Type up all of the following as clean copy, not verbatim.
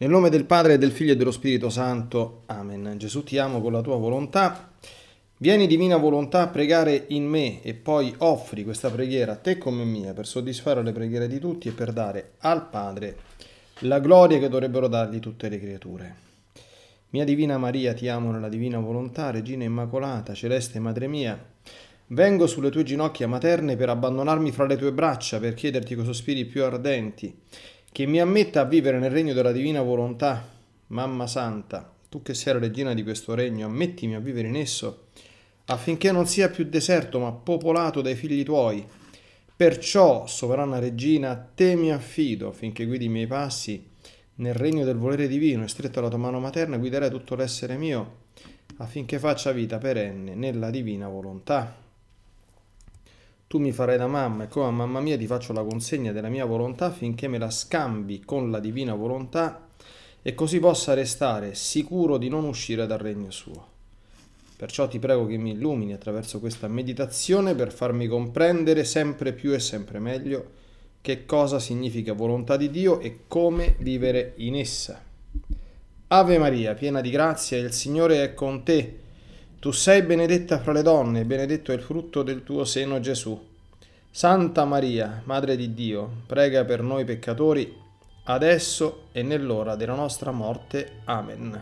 Nel nome del Padre, e del Figlio e dello Spirito Santo. Amen. Gesù, ti amo con la tua volontà. Vieni, divina volontà, a pregare in me e poi offri questa preghiera a te come mia per soddisfare le preghiere di tutti e per dare al Padre la gloria che dovrebbero dargli tutte le creature. Mia Divina Maria, ti amo nella divina volontà, Regina Immacolata, Celeste Madre mia, vengo sulle tue ginocchia materne per abbandonarmi fra le tue braccia, per chiederti coi sospiri più ardenti che mi ammetta a vivere nel regno della divina volontà. Mamma Santa, tu che sei la regina di questo regno, ammettimi a vivere in esso, affinché non sia più deserto, ma popolato dai figli tuoi. Perciò, sovrana regina, a te mi affido, affinché guidi i miei passi nel regno del volere divino, e stretto alla tua mano materna guiderai tutto l'essere mio, affinché faccia vita perenne nella divina volontà. Tu mi farai da mamma e come a mamma mia ti faccio la consegna della mia volontà affinché me la scambi con la divina volontà e così possa restare sicuro di non uscire dal regno suo. Perciò ti prego che mi illumini attraverso questa meditazione per farmi comprendere sempre più e sempre meglio che cosa significa volontà di Dio e come vivere in essa. Ave Maria, piena di grazia, il Signore è con te. Tu sei benedetta fra le donne, e benedetto è il frutto del tuo seno, Gesù. Santa Maria, Madre di Dio, prega per noi peccatori, adesso e nell'ora della nostra morte. Amen.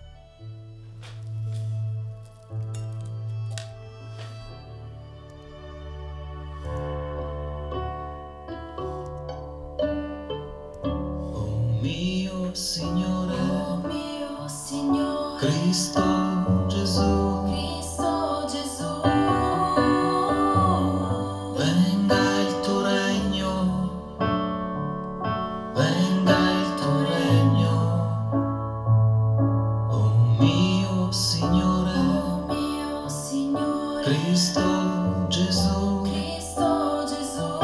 Oh mio Signore, Signore, Cristo Gesù, Cristo Gesù, venga il tuo regno, venga il tuo regno. Oh mio Signore, mio Signore, Cristo Gesù, Cristo Gesù,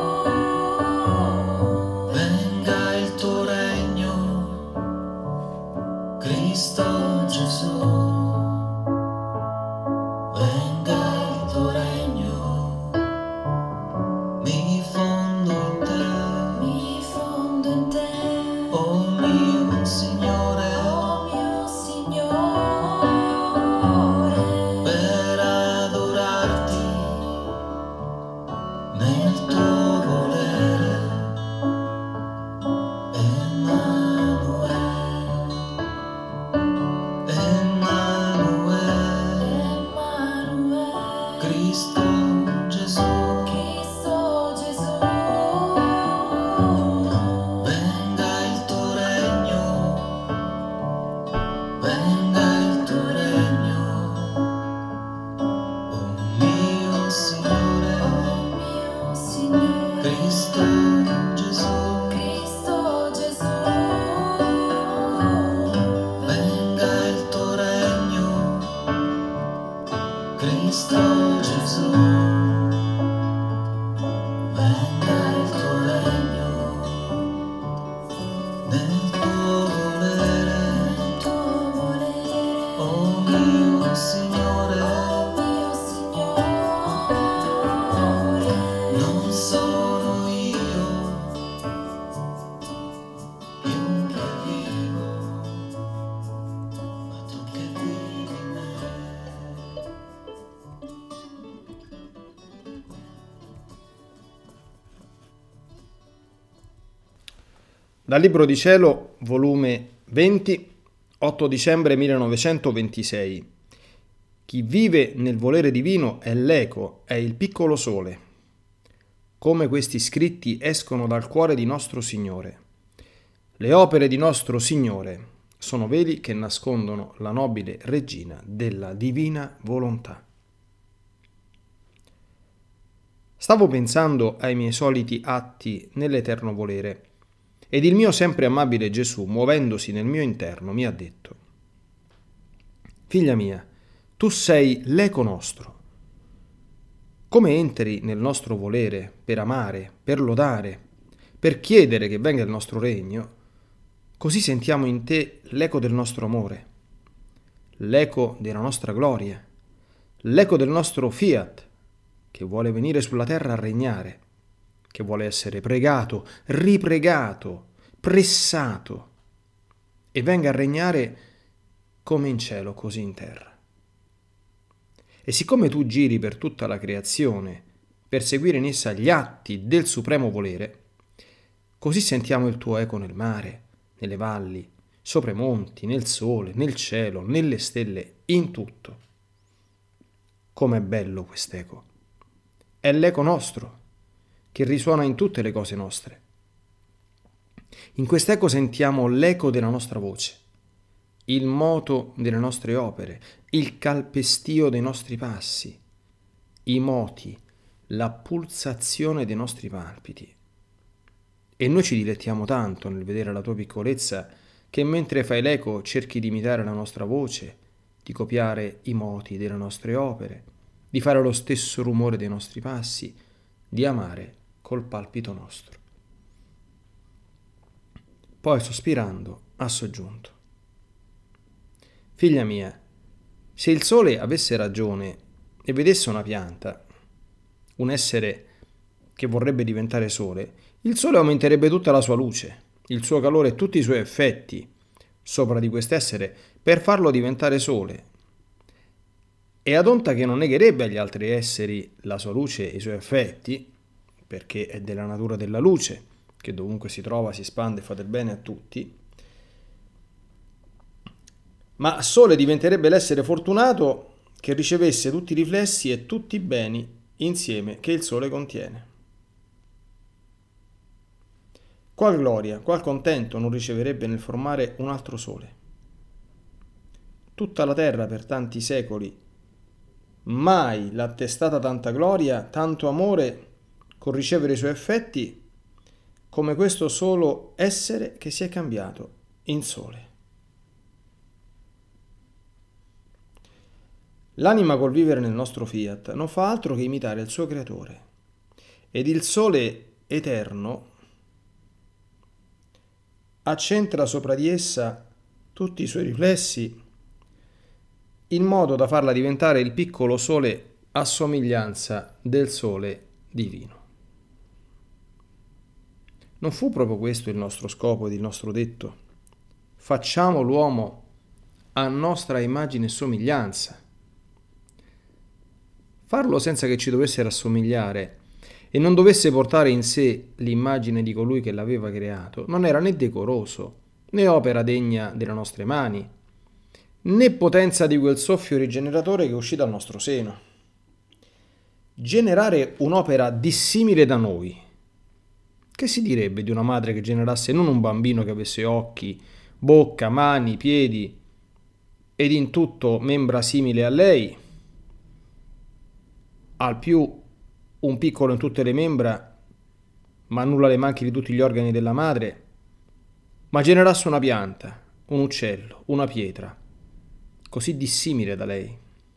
venga il tuo regno, Cristo Gesù, venga il tuo regno, mi fondo in te, mi fondo in te, oh mio Signore, mio Signore, per adorarti nel tuo volere. Emmanuel, Emmanuel, Emanuele, Cristo Gesù, Cristo Gesù, venga il tuo regno, venga il tuo regno, oh mio Signore, mio Signore, Cristo Gesù, Cristo Gesù, venga il tuo regno, Cristo Gesù, venga il tuo regno, nel tuo volere, tuo volere, oh mio Signore, mio Signore, non sono io più che vivo, ma tu che vivi in me. Dal Libro di Cielo, volume 20, 8 dicembre 1926. Chi vive nel volere divino è l'eco, è il piccolo sole. Come questi scritti escono dal cuore di nostro Signore. Le opere di nostro Signore sono veli che nascondono la nobile regina della divina volontà. Stavo pensando ai miei soliti atti nell'eterno volere, ed il mio sempre amabile Gesù, muovendosi nel mio interno, mi ha detto: Figlia mia, tu sei l'eco nostro. Come entri nel nostro volere per amare, per lodare, per chiedere che venga il nostro regno, così sentiamo in te l'eco del nostro amore, l'eco della nostra gloria, l'eco del nostro fiat, che vuole venire sulla terra a regnare, che vuole essere pregato, ripregato, pressato, e venga a regnare come in cielo, così in terra. E siccome tu giri per tutta la creazione per seguire in essa gli atti del supremo volere, così sentiamo il tuo eco nel mare, nelle valli, sopra i monti, nel sole, nel cielo, nelle stelle, in tutto. Com'è bello quest'eco! È l'eco nostro, che risuona in tutte le cose nostre. In quest'eco sentiamo l'eco della nostra voce, il moto delle nostre opere, il calpestio dei nostri passi, i moti, la pulsazione dei nostri palpiti. E noi ci dilettiamo tanto nel vedere la tua piccolezza che mentre fai l'eco cerchi di imitare la nostra voce, di copiare i moti delle nostre opere, di fare lo stesso rumore dei nostri passi, di amare col palpito nostro. Poi, sospirando, ha soggiunto: Figlia mia, se il sole avesse ragione e vedesse una pianta, un essere che vorrebbe diventare sole, il sole aumenterebbe tutta la sua luce, il suo calore e tutti i suoi effetti sopra di quest'essere per farlo diventare sole. E ad onta che non negherebbe agli altri esseri la sua luce e i suoi effetti, perché è della natura della luce, che dovunque si trova si espande e fa del bene a tutti, ma sole diventerebbe l'essere fortunato che ricevesse tutti i riflessi e tutti i beni insieme che il sole contiene. Qual gloria, qual contento non riceverebbe nel formare un altro sole? Tutta la terra per tanti secoli mai l'ha attestata tanta gloria, tanto amore con ricevere i suoi effetti, come questo solo essere che si è cambiato in sole. L'anima col vivere nel nostro fiat non fa altro che imitare il suo creatore, ed il sole eterno accentra sopra di essa tutti i suoi riflessi in modo da farla diventare il piccolo sole a somiglianza del sole divino. Non fu proprio questo il nostro scopo ed il nostro detto? Facciamo l'uomo a nostra immagine e somiglianza. Farlo senza che ci dovesse rassomigliare e non dovesse portare in sé l'immagine di colui che l'aveva creato non era né decoroso, né opera degna delle nostre mani, né potenza di quel soffio rigeneratore che uscì dal nostro seno. Generare un'opera dissimile da noi. Che si direbbe di una madre che generasse non un bambino che avesse occhi, bocca, mani, piedi ed in tutto membra simili a lei, al più un piccolo in tutte le membra, ma nulla le manchi di tutti gli organi della madre, ma generasse una pianta, un uccello, una pietra, così dissimile da lei.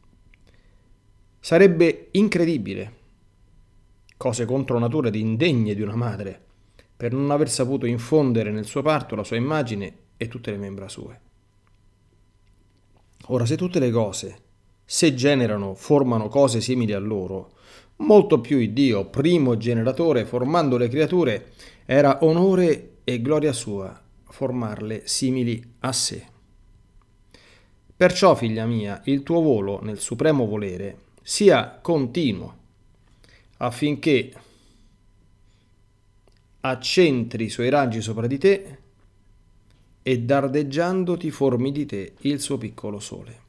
Sarebbe incredibile, cose contro natura ed indegne di una madre, per non aver saputo infondere nel suo parto la sua immagine e tutte le membra sue. Ora, se tutte le cose, se generano, formano cose simili a loro, molto più il Dio, primo generatore, formando le creature, era onore e gloria sua formarle simili a sé. Perciò, figlia mia, il tuo volo nel supremo volere sia continuo, affinché accentri i suoi raggi sopra di te e dardeggiandoti formi di te il suo piccolo sole.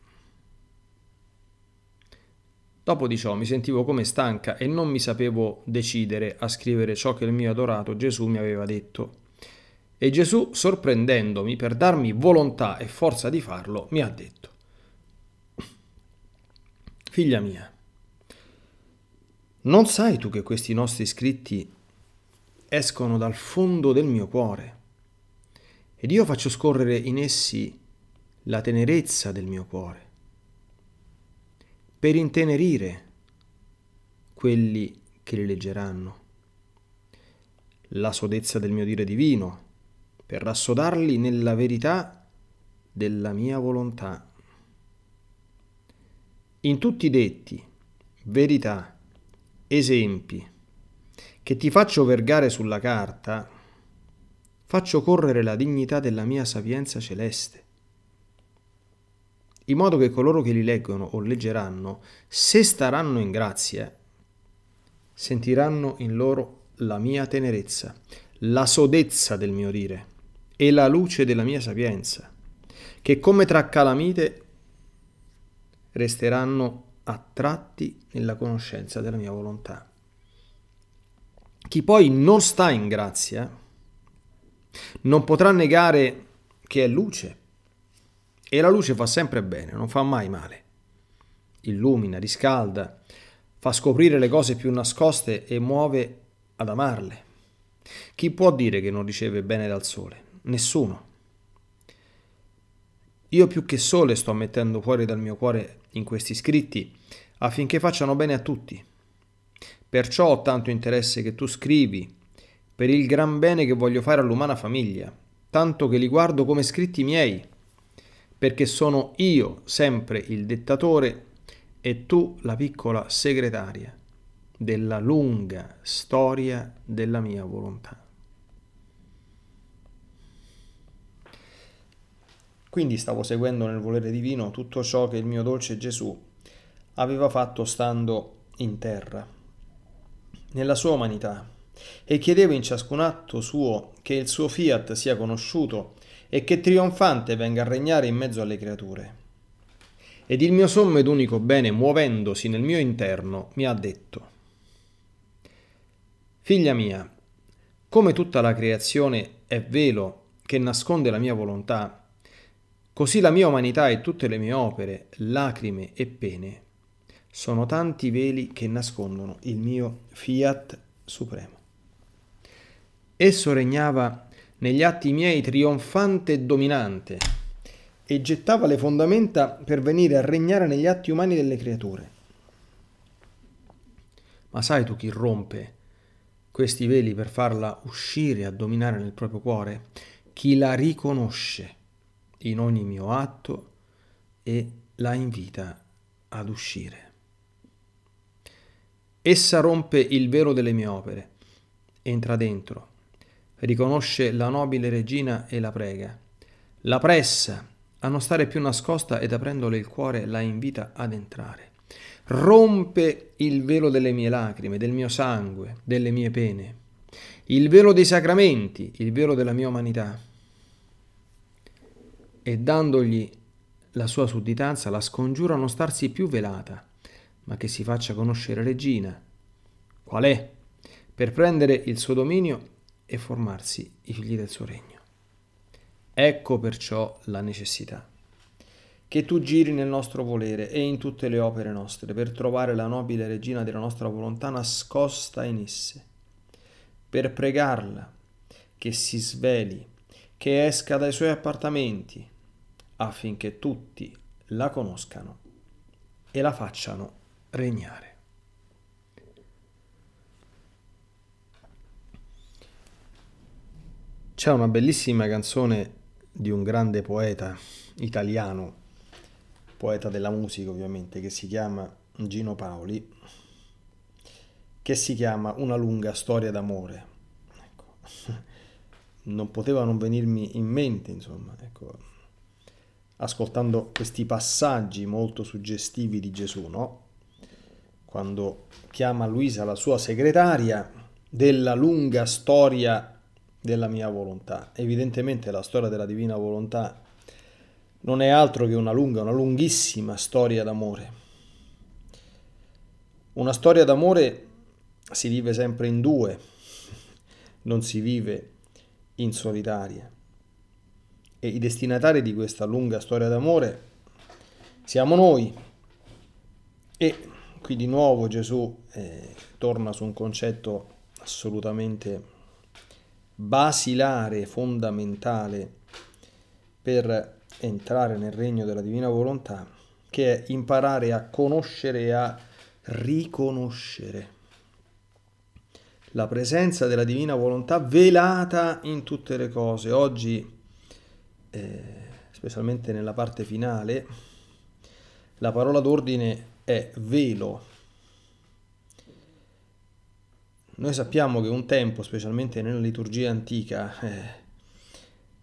Dopo di ciò mi sentivo come stanca e non mi sapevo decidere a scrivere ciò che il mio adorato Gesù mi aveva detto. E Gesù, sorprendendomi per darmi volontà e forza di farlo, mi ha detto: Figlia mia, non sai tu che questi nostri scritti escono dal fondo del mio cuore ed io faccio scorrere in essi la tenerezza del mio cuore per intenerire quelli che li leggeranno, la sodezza del mio dire divino per rassodarli nella verità della mia volontà. In tutti i detti, verità, esempi che ti faccio vergare sulla carta, faccio correre la dignità della mia sapienza celeste, in modo che coloro che li leggono o leggeranno, se staranno in grazia, sentiranno in loro la mia tenerezza, la sodezza del mio dire e la luce della mia sapienza, che come tra calamite resteranno attratti nella conoscenza della mia volontà. Chi poi non sta in grazia non potrà negare che è luce, e la luce fa sempre bene, non fa mai male. Illumina, riscalda, fa scoprire le cose più nascoste e muove ad amarle. Chi può dire che non riceve bene dal sole? Nessuno. Io più che sole sto mettendo fuori dal mio cuore in questi scritti affinché facciano bene a tutti. Perciò ho tanto interesse che tu scrivi per il gran bene che voglio fare all'umana famiglia, tanto che li guardo come scritti miei, perché sono io sempre il dettatore e tu la piccola segretaria della lunga storia della mia volontà. Quindi stavo seguendo nel volere divino tutto ciò che il mio dolce Gesù aveva fatto stando in terra, nella sua umanità, e chiedevo in ciascun atto suo che il suo fiat sia conosciuto e che trionfante venga a regnare in mezzo alle creature. Ed il mio sommo ed unico bene, muovendosi nel mio interno, mi ha detto: figlia mia, come tutta la creazione è velo che nasconde la mia volontà, così la mia umanità e tutte le mie opere, lacrime e pene, sono tanti veli che nascondono il mio fiat supremo. Esso regnava negli atti miei trionfante e dominante e gettava le fondamenta per venire a regnare negli atti umani delle creature. Ma sai tu chi rompe questi veli per farla uscire a dominare nel proprio cuore? Chi la riconosce in ogni mio atto e la invita ad uscire. Essa rompe il velo delle mie opere, entra dentro, riconosce la nobile regina e la prega, la pressa a non stare più nascosta ed aprendole il cuore la invita ad entrare. Rompe il velo delle mie lacrime, del mio sangue, delle mie pene, il velo dei sacramenti, il velo della mia umanità, e dandogli la sua sudditanza la scongiura a non starsi più velata, ma che si faccia conoscere regina, qual è, per prendere il suo dominio e formarsi i figli del suo regno. Ecco perciò la necessità che tu giri nel nostro volere e in tutte le opere nostre per trovare la nobile regina della nostra volontà nascosta in esse, per pregarla che si sveli, che esca dai suoi appartamenti, affinché tutti la conoscano e la facciano regnare. C'è una bellissima canzone di un grande poeta italiano, poeta della musica ovviamente, che si chiama Gino Paoli, che si chiama Una lunga storia d'amore. Ecco. Non poteva non venirmi in mente, insomma, ecco, ascoltando questi passaggi molto suggestivi di Gesù, no? Quando chiama Luisa la sua segretaria, della lunga storia della mia volontà. Evidentemente la storia della divina volontà non è altro che una lunghissima storia d'amore. Una storia d'amore si vive sempre in due, non si vive in solitaria. E i destinatari di questa lunga storia d'amore siamo noi. E qui di nuovo Gesù torna su un concetto assolutamente basilare, fondamentale per entrare nel regno della divina volontà, che è imparare a conoscere e a riconoscere la presenza della divina volontà velata in tutte le cose. Oggi, specialmente nella parte finale, la parola d'ordine è velo. Noi sappiamo che un tempo, specialmente nella liturgia antica,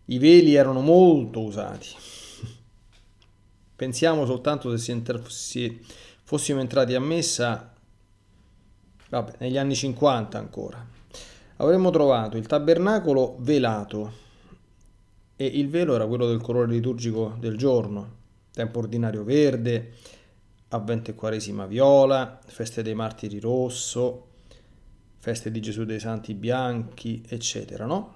I veli erano molto usati. Pensiamo soltanto se fossimo entrati a messa, vabbè, negli anni 50 ancora. Avremmo trovato il tabernacolo velato e il velo era quello del colore liturgico del giorno, tempo ordinario verde, avvento e quaresima viola, feste dei martiri rosso, feste di Gesù dei Santi bianchi, eccetera, no?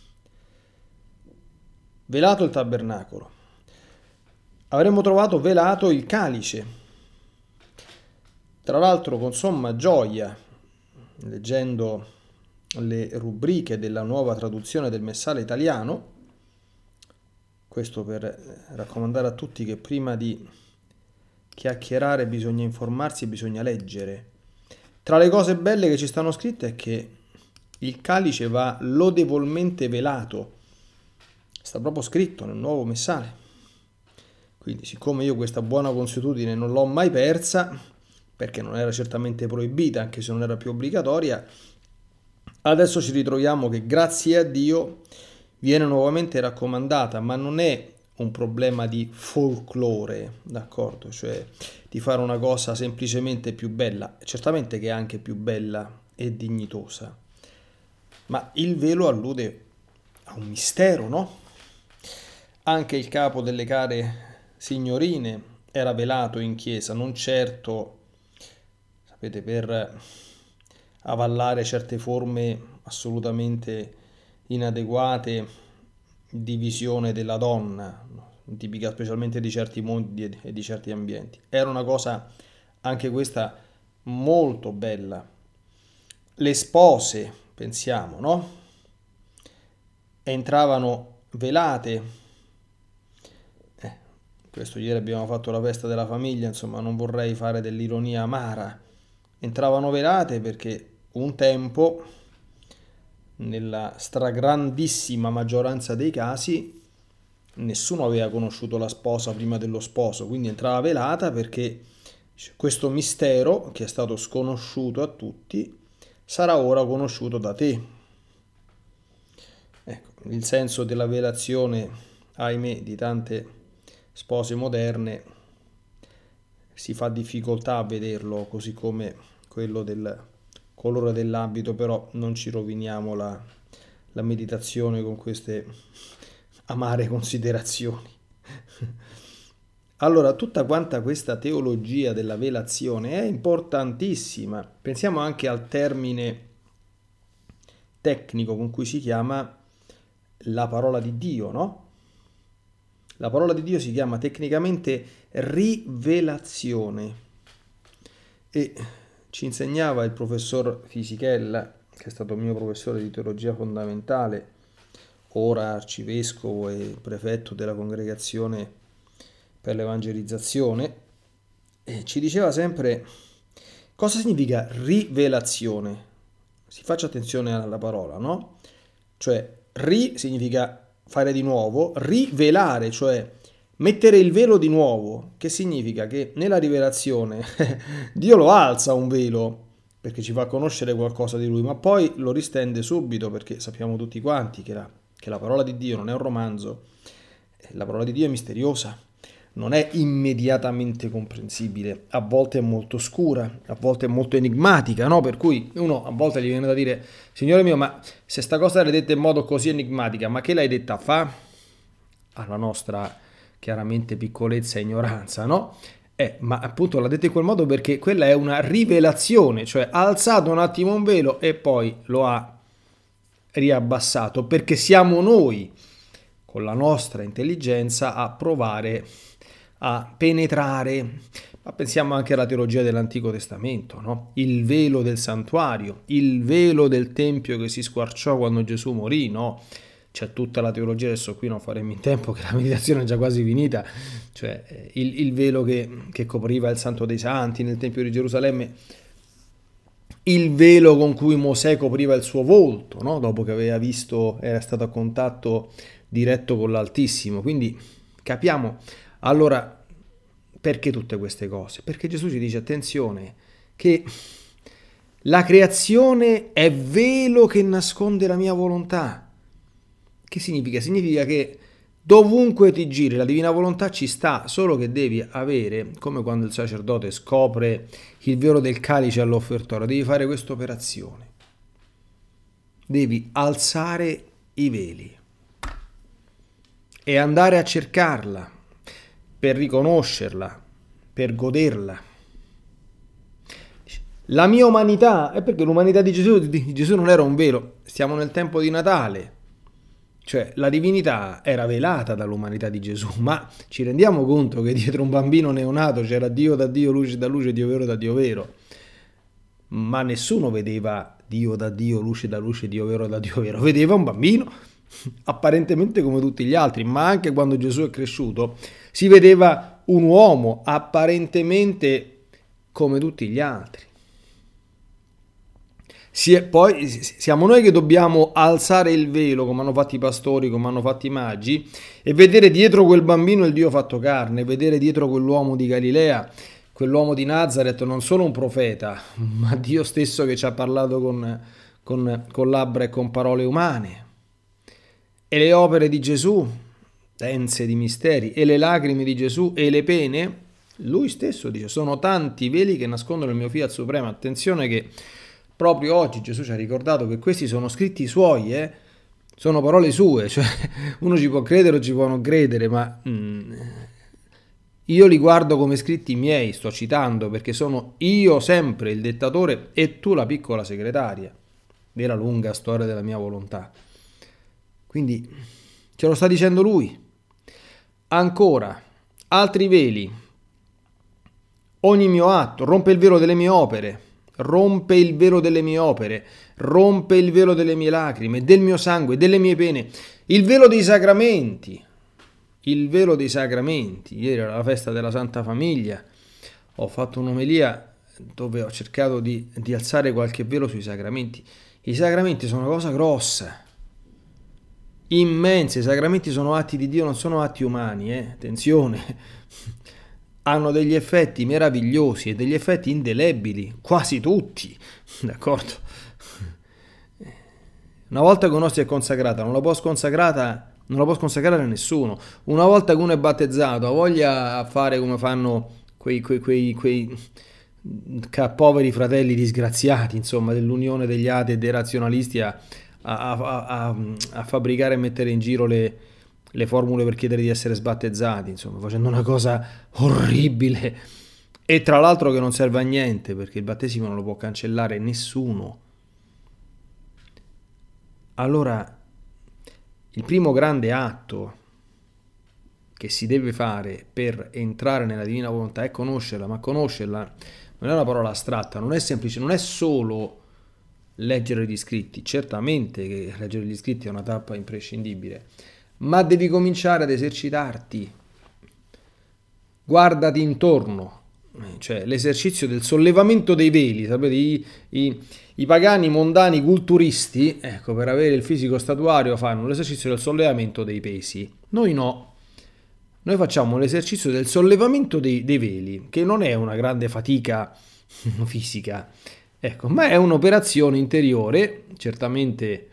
Velato il tabernacolo. Avremmo trovato velato il calice, tra l'altro con somma gioia, leggendo le rubriche della nuova traduzione del Messale italiano, questo per raccomandare a tutti che prima di chiacchierare bisogna informarsi e bisogna leggere. Tra le cose belle che ci stanno scritte è che il calice va lodevolmente velato, sta proprio scritto nel nuovo Messale. Quindi, siccome io questa buona consuetudine non l'ho mai persa, perché non era certamente proibita, anche se non era più obbligatoria, adesso ci ritroviamo che grazie a Dio viene nuovamente raccomandata, ma non è un problema di folklore, d'accordo? Cioè di fare una cosa semplicemente più bella, certamente che è anche più bella e dignitosa, ma il velo allude a un mistero, no? Anche il capo delle care signorine era velato in chiesa, non certo, sapete, per avallare certe forme assolutamente inadeguate di visione della donna, tipica specialmente di certi mondi e di certi ambienti. Era una cosa, anche questa, molto bella. Le spose, pensiamo, no? Entravano velate. Questo ieri abbiamo fatto la festa della famiglia, insomma, non vorrei fare dell'ironia amara. Entravano velate perché un tempo, nella stragrandissima maggioranza dei casi, nessuno aveva conosciuto la sposa prima dello sposo, quindi entrava velata perché questo mistero, che è stato sconosciuto a tutti, sarà ora conosciuto da te. Ecco, il senso della velazione, ahimè, di tante spose moderne si fa difficoltà a vederlo, così come quello del colore dell'abito, però non ci roviniamo la meditazione con queste amare considerazioni. Allora, tutta quanta questa teologia della velazione è importantissima. Pensiamo anche al termine tecnico con cui si chiama la parola di Dio, no? La parola di Dio si chiama tecnicamente rivelazione e ci insegnava il professor Fisichella, che è stato mio professore di teologia fondamentale, ora arcivescovo e prefetto della congregazione per l'evangelizzazione, e ci diceva sempre cosa significa rivelazione. Si faccia attenzione alla parola, no? Cioè, significa fare di nuovo, rivelare, cioè mettere il velo di nuovo, che significa che nella rivelazione Dio lo alza un velo perché ci fa conoscere qualcosa di Lui, ma poi lo ristende subito, perché sappiamo tutti quanti che la parola di Dio non è un romanzo, la parola di Dio è misteriosa, non è immediatamente comprensibile, a volte è molto scura, a volte è molto enigmatica, no? Per cui uno a volte gli viene da dire: Signore mio, ma se sta cosa l'hai detta in modo così enigmatica, ma che l'hai detta fa? Alla nostra chiaramente piccolezza e ignoranza, no? Ma appunto l'ha detta in quel modo perché quella è una rivelazione, cioè ha alzato un attimo un velo e poi lo ha riabbassato, perché siamo noi con la nostra intelligenza a provare a penetrare. Ma pensiamo anche alla teologia dell'Antico Testamento, no? Il velo del santuario, il velo del tempio che si squarciò quando Gesù morì, no? C'è tutta la teologia, adesso qui non faremo in tempo che la meditazione è già quasi finita, cioè il velo che copriva il Santo dei Santi nel Tempio di Gerusalemme, il velo con cui Mosè copriva il suo volto, no? Dopo che aveva visto, era stato a contatto diretto con l'Altissimo. Quindi capiamo. Allora, perché tutte queste cose? Perché Gesù ci dice, attenzione, che la creazione è velo che nasconde la mia volontà, Che significa? Significa che dovunque ti giri la divina volontà ci sta, solo che devi avere, come quando il sacerdote scopre il velo del calice all'offertorio, devi fare questa operazione. Devi alzare i veli e andare a cercarla per riconoscerla, per goderla. La mia umanità, è perché l'umanità di Gesù non era un velo, stiamo nel tempo di Natale, cioè la divinità era velata dall'umanità di Gesù, ma ci rendiamo conto che dietro un bambino neonato c'era Dio da Dio, luce da luce, Dio vero da Dio vero, ma nessuno vedeva Dio da Dio, luce da luce, Dio vero da Dio vero, vedeva un bambino apparentemente come tutti gli altri, ma anche quando Gesù è cresciuto si vedeva un uomo apparentemente come tutti gli altri. Poi siamo noi che dobbiamo alzare il velo, come hanno fatto i pastori, come hanno fatto i magi, e vedere dietro quel bambino il Dio fatto carne, vedere dietro quell'uomo di Galilea, quell'uomo di Nazareth, non solo un profeta, ma Dio stesso che ci ha parlato con labbra e con parole umane. E le opere di Gesù, dense di misteri, e le lacrime di Gesù e le pene, lui stesso dice, sono tanti veli che nascondono il mio Fiat Supremo. Attenzione che proprio oggi Gesù ci ha ricordato che questi sono scritti suoi, sono parole sue, cioè uno ci può credere o ci può non credere, ma io li guardo come scritti miei, sto citando, perché sono io sempre il dettatore e tu la piccola segretaria della lunga storia della mia volontà. Quindi ce lo sta dicendo lui. Ancora, altri veli. Ogni mio atto rompe il velo delle mie opere, rompe il velo delle mie opere, rompe il velo delle mie lacrime, del mio sangue, delle mie pene, il velo dei sacramenti. Il velo dei sacramenti. Ieri era la festa della Santa Famiglia, ho fatto un'omelia dove ho cercato di alzare qualche velo sui sacramenti. I sacramenti sono una cosa grossa, immensa. I sacramenti sono atti di Dio, non sono atti umani, attenzione. Hanno degli effetti meravigliosi e degli effetti indelebili, quasi tutti, d'accordo? Una volta che uno si è consacrata, non la può sconsacrare a nessuno. Una volta che uno è battezzato, ha voglia a fare come fanno quei poveri fratelli disgraziati, insomma, dell'unione degli atei e dei razionalisti a fabbricare e mettere in giro le formule per chiedere di essere sbattezzati, insomma, facendo una cosa orribile e tra l'altro che non serve a niente, perché il battesimo non lo può cancellare nessuno. Allora, il primo grande atto che si deve fare per entrare nella divina volontà è conoscerla, ma conoscerla non è una parola astratta, non è semplice, non è solo leggere gli scritti. Certamente che leggere gli scritti è una tappa imprescindibile, ma devi cominciare ad esercitarti. Guardati intorno, cioè l'esercizio del sollevamento dei veli, sapete, i pagani mondani culturisti, ecco, per avere il fisico statuario fanno l'esercizio del sollevamento dei pesi. Noi no, noi facciamo l'esercizio del sollevamento dei veli, che non è una grande fatica fisica, ecco, ma è un'operazione interiore, certamente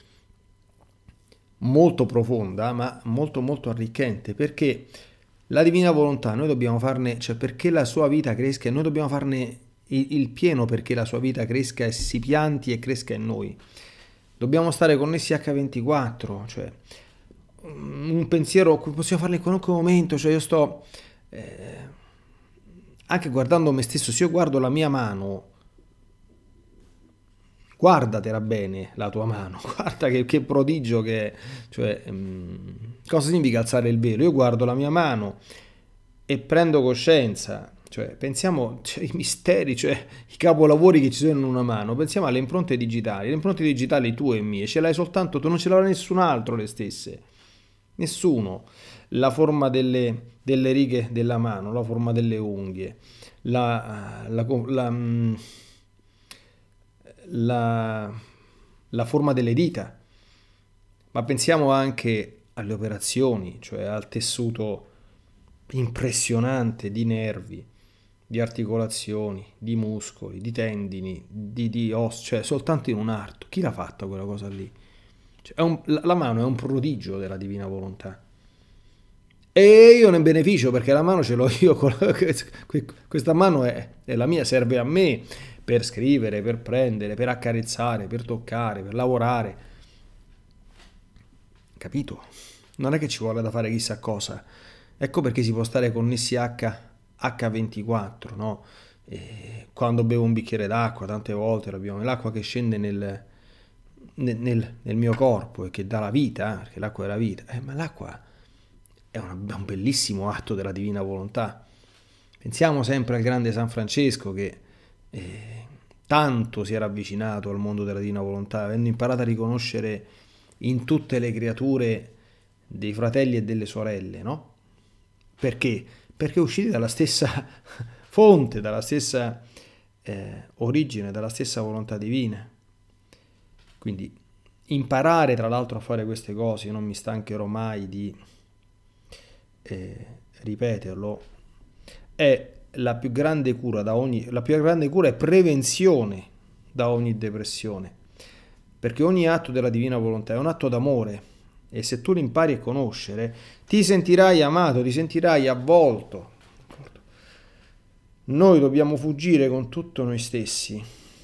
molto profonda, ma molto molto arricchente, perché la divina volontà noi dobbiamo farne, cioè perché la sua vita cresca, e noi dobbiamo farne il pieno perché la sua vita cresca e si pianti e cresca in noi. Dobbiamo stare connessi H24, cioè un pensiero possiamo farlo in qualunque momento, cioè io sto anche guardando me stesso, se io guardo la mia mano, guardatela bene la tua mano, guarda che prodigio che è, cioè cosa significa alzare il velo? Io guardo la mia mano e prendo coscienza, cioè pensiamo, cioè, i misteri, cioè i capolavori che ci sono in una mano, pensiamo alle impronte digitali, le impronte digitali tue e mie, ce l'hai soltanto tu, non ce l'avrà nessun altro le stesse, nessuno. La forma delle righe della mano, la forma delle unghie, la forma delle dita, ma pensiamo anche alle operazioni, cioè al tessuto impressionante di nervi, di articolazioni, di muscoli, di tendini, di ossa, cioè soltanto in un arto. Chi l'ha fatta quella cosa lì? Cioè, la mano è un prodigio della divina volontà. E io ne beneficio perché la mano ce l'ho io, questa mano è la mia, serve a me per scrivere, per prendere, per accarezzare, per toccare, per lavorare. Capito? Non è che ci vuole da fare chissà cosa. Ecco perché si può stare connessi H24, no? E quando bevo un bicchiere d'acqua, tante volte l'acqua che scende nel mio corpo e che dà la vita, perché l'acqua è la vita, ma l'acqua è un bellissimo atto della divina volontà. Pensiamo sempre al grande San Francesco che tanto si era avvicinato al mondo della divina volontà, avendo imparato a riconoscere in tutte le creature dei fratelli e delle sorelle, no? Perché? Perché usciti dalla stessa fonte, dalla stessa origine, dalla stessa volontà divina. Quindi imparare tra l'altro a fare queste cose, io non mi stancherò mai di ripeterlo, è la più grande cura la più grande cura è prevenzione da ogni depressione, perché ogni atto della divina volontà è un atto d'amore e se tu lo impari a conoscere ti sentirai amato, ti sentirai avvolto. Noi dobbiamo fuggire con tutto noi stessi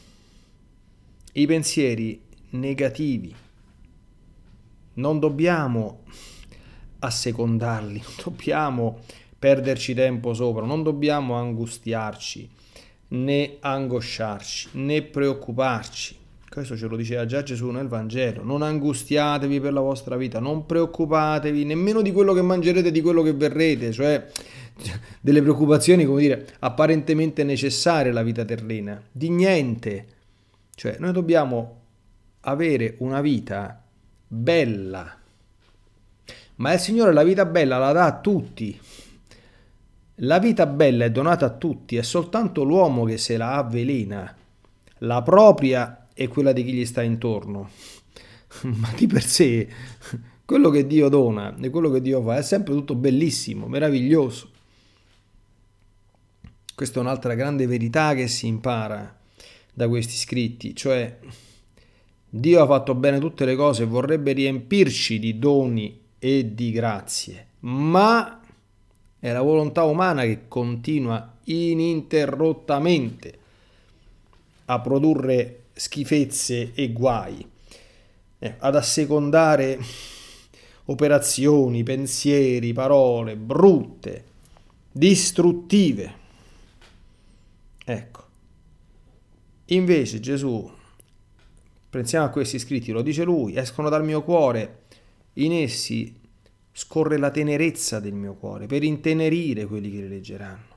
i pensieri negativi, non dobbiamo assecondarli, non dobbiamo perderci tempo sopra, non dobbiamo angustiarci, né angosciarci, né preoccuparci. Questo ce lo diceva già Gesù nel Vangelo. Non angustiatevi per la vostra vita, non preoccupatevi nemmeno di quello che mangerete, di quello che verrete, cioè delle preoccupazioni, come dire, apparentemente necessarie alla vita terrena, di niente. Cioè noi dobbiamo avere una vita bella, ma il Signore la vita bella la dà a tutti. La vita bella è donata a tutti, è soltanto l'uomo che se la avvelena, la propria e quella di chi gli sta intorno. Ma di per sé, quello che Dio dona e quello che Dio fa è sempre tutto bellissimo, meraviglioso. Questa è un'altra grande verità che si impara da questi scritti, cioè Dio ha fatto bene tutte le cose e vorrebbe riempirci di doni e di grazie, ma è la volontà umana che continua ininterrottamente a produrre schifezze e guai, ad assecondare operazioni, pensieri, parole brutte, distruttive. Ecco. Invece Gesù, pensiamo a questi scritti, lo dice lui, escono dal mio cuore, in essi scorre la tenerezza del mio cuore per intenerire quelli che li leggeranno.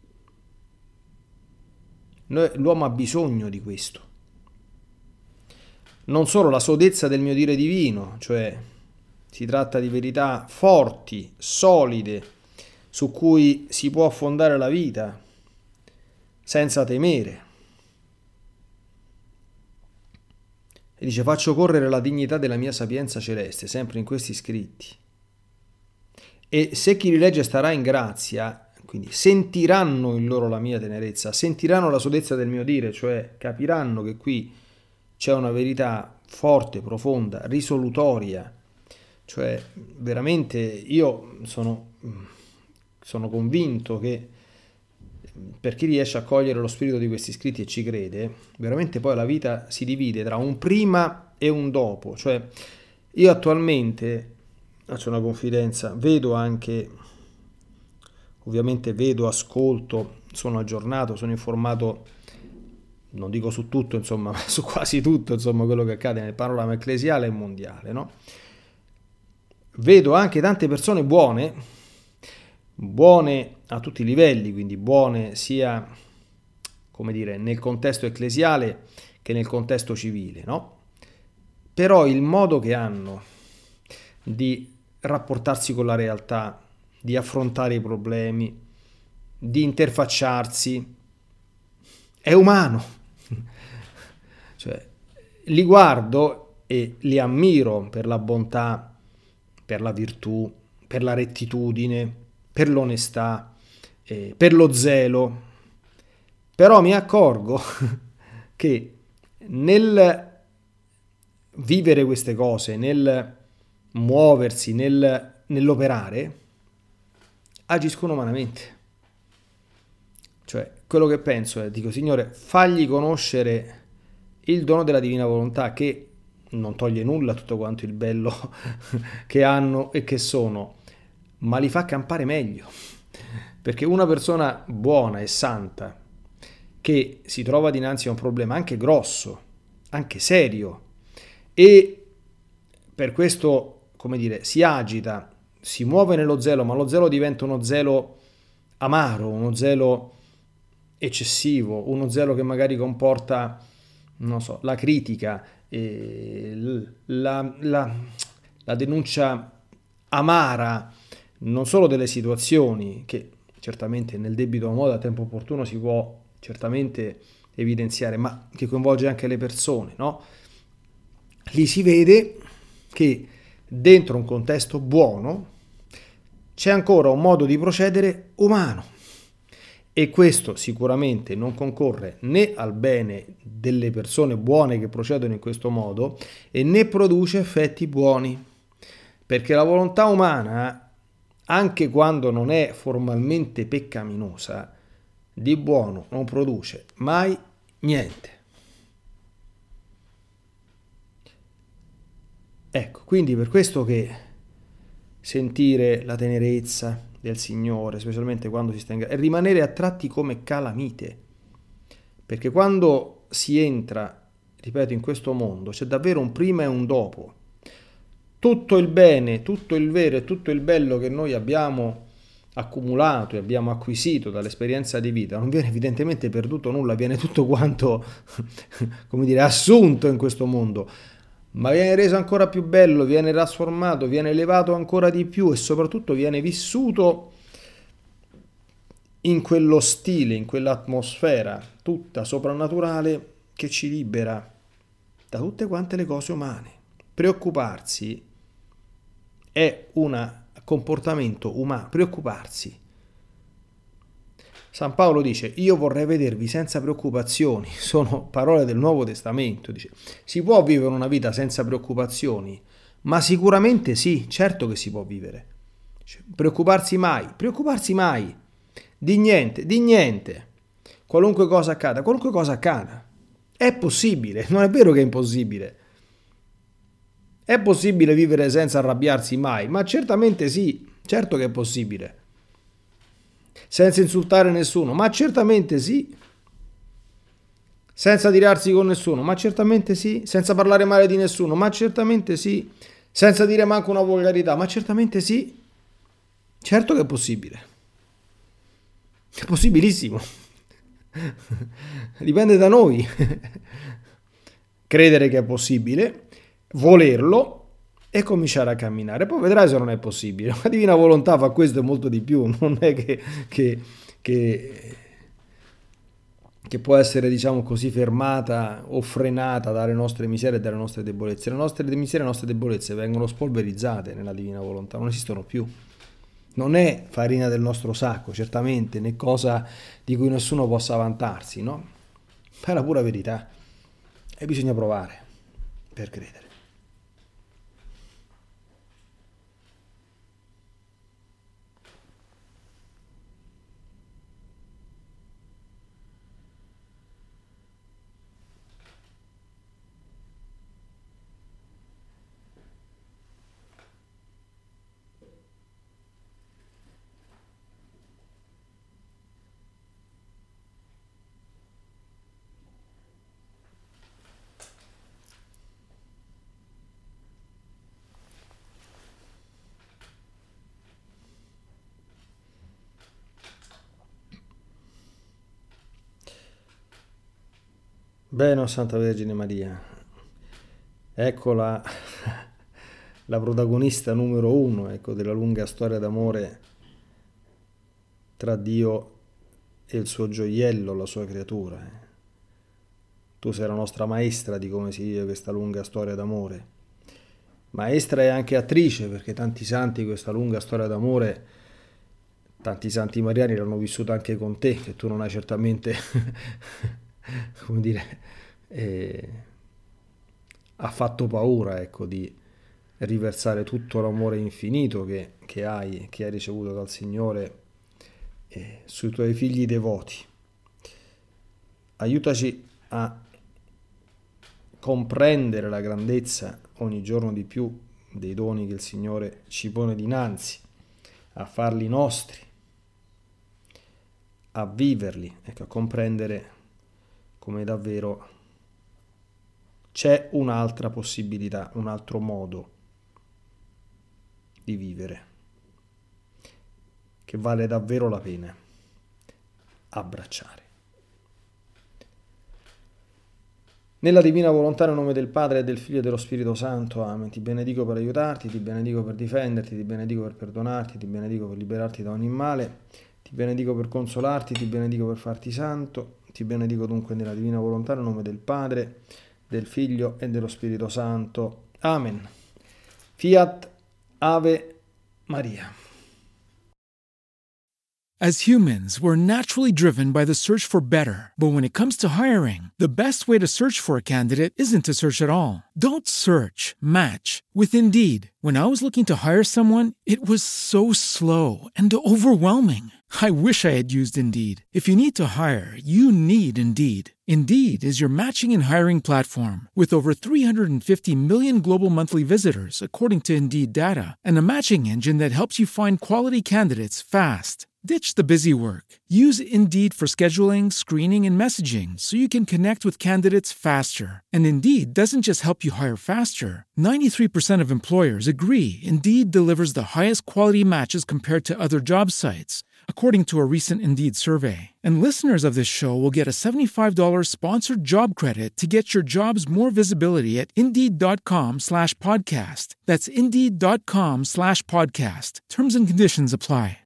L'uomo ha bisogno di questo. Non solo la sodezza del mio dire divino, cioè si tratta di verità forti, solide, su cui si può fondare la vita senza temere. E dice: faccio correre la dignità della mia sapienza celeste, sempre in questi scritti. E se chi li legge starà in grazia, quindi sentiranno in loro la mia tenerezza, sentiranno la sodezza del mio dire, cioè capiranno che qui c'è una verità forte, profonda, risolutoria. Cioè veramente io sono convinto che per chi riesce a cogliere lo spirito di questi scritti e ci crede, veramente poi la vita si divide tra un prima e un dopo. Cioè io attualmente, faccio una confidenza, vedo anche, ovviamente vedo, ascolto, sono aggiornato, sono informato, non dico su tutto, insomma, ma su quasi tutto, insomma, quello che accade nel panorama ecclesiale e mondiale, no? Vedo anche tante persone buone a tutti i livelli, quindi buone sia, come dire, nel contesto ecclesiale che nel contesto civile, no? Però il modo che hanno di rapportarsi con la realtà, di affrontare i problemi, di interfacciarsi, è umano. Cioè, li guardo e li ammiro per la bontà, per la virtù, per la rettitudine, per l'onestà, per lo zelo. Però mi accorgo che nel vivere queste cose, nel muoversi, nell'operare, agiscono umanamente. Cioè, quello che penso è, dico, Signore, fagli conoscere il dono della divina volontà, che non toglie nulla a tutto quanto il bello che hanno e che sono, ma li fa campare meglio. Perché una persona buona e santa che si trova dinanzi a un problema anche grosso, anche serio, e per questo, come dire, si agita, si muove nello zelo, ma lo zelo diventa uno zelo amaro, uno zelo eccessivo, uno zelo che magari comporta, non so, la critica, la denuncia amara, non solo delle situazioni, che certamente nel debito modo a tempo opportuno si può certamente evidenziare, ma che coinvolge anche le persone, no? Lì si vede che dentro un contesto buono c'è ancora un modo di procedere umano, e questo sicuramente non concorre né al bene delle persone buone che procedono in questo modo, e né produce effetti buoni, perché la volontà umana, anche quando non è formalmente peccaminosa, di buono non produce mai niente. Ecco, quindi per questo che sentire la tenerezza del Signore, specialmente quando si sta in e rimanere attratti come calamite, perché quando si entra, ripeto, in questo mondo c'è davvero un prima e un dopo. Tutto il bene, tutto il vero e tutto il bello che noi abbiamo accumulato e abbiamo acquisito dall'esperienza di vita non viene evidentemente perduto nulla, viene tutto quanto, come dire, assunto in questo mondo, ma viene reso ancora più bello, viene trasformato, viene elevato ancora di più, e soprattutto viene vissuto in quello stile, in quell'atmosfera tutta soprannaturale che ci libera da tutte quante le cose umane. Preoccuparsi è un comportamento umano, preoccuparsi. San Paolo dice: io vorrei vedervi senza preoccupazioni. Sono parole del Nuovo Testamento. Dice: si può vivere una vita senza preoccupazioni? Ma sicuramente sì, certo che si può vivere. Preoccuparsi mai, di niente, qualunque cosa accada. È possibile, non è vero che è impossibile. È possibile vivere senza arrabbiarsi mai? Ma certamente sì, certo che è possibile. Senza insultare nessuno? Ma certamente sì. Senza tirarsi con nessuno? Ma certamente sì. Senza parlare male di nessuno? Ma certamente sì. Senza dire manco una volgarità? Ma certamente sì. Certo che è possibile. È possibilissimo. Dipende da noi. Credere che è possibile, volerlo e cominciare a camminare. Poi vedrai se non è possibile. La divina volontà fa questo e molto di più. Non è che può essere, diciamo così, fermata o frenata dalle nostre miserie e dalle nostre debolezze. Le nostre miserie e le nostre debolezze vengono spolverizzate nella divina volontà, non esistono più. Non è farina del nostro sacco, certamente, né cosa di cui nessuno possa vantarsi, no? È la pura verità. E bisogna provare per credere. Bene, oh Santa Vergine Maria, eccola la protagonista numero uno, ecco, della lunga storia d'amore tra Dio e il suo gioiello, la sua creatura. Tu sei la nostra maestra di come si vive questa lunga storia d'amore. Maestra e anche attrice, perché tanti santi questa lunga storia d'amore, tanti santi mariani l'hanno vissuta anche con te, che tu non hai certamente come dire, ha fatto paura, ecco, di riversare tutto l'amore infinito che hai ricevuto dal Signore sui tuoi figli devoti. Aiutaci a comprendere la grandezza ogni giorno di più dei doni che il Signore ci pone dinanzi, a farli nostri, a viverli, ecco, a comprendere come davvero c'è un'altra possibilità, un altro modo di vivere che vale davvero la pena abbracciare. Nella divina volontà, nel nome del Padre, e del Figlio e dello Spirito Santo. Amen. Ti benedico per aiutarti, ti benedico per difenderti, ti benedico per perdonarti, ti benedico per liberarti da ogni male, ti benedico per consolarti, ti benedico per farti santo, ti benedico dunque nella divina volontà, nel nome del Padre, del Figlio e dello Spirito Santo. Amen. Fiat Ave Maria. As humans, we're naturally driven by the search for better. But when it comes to hiring, the best way to search for a candidate isn't to search at all. Don't search, match with Indeed. When I was looking to hire someone, it was so slow and overwhelming. I wish I had used Indeed. If you need to hire, you need Indeed. Indeed is your matching and hiring platform with over 350 million global monthly visitors, according to Indeed data, and a matching engine that helps you find quality candidates fast. Ditch the busy work. Use Indeed for scheduling, screening, and messaging so you can connect with candidates faster. And Indeed doesn't just help you hire faster. 93% of employers agree Indeed delivers the highest quality matches compared to other job sites, according to a recent Indeed survey. And listeners of this show will get a $75 sponsored job credit to get your jobs more visibility at Indeed.com/podcast. That's Indeed.com/podcast. Terms and conditions apply.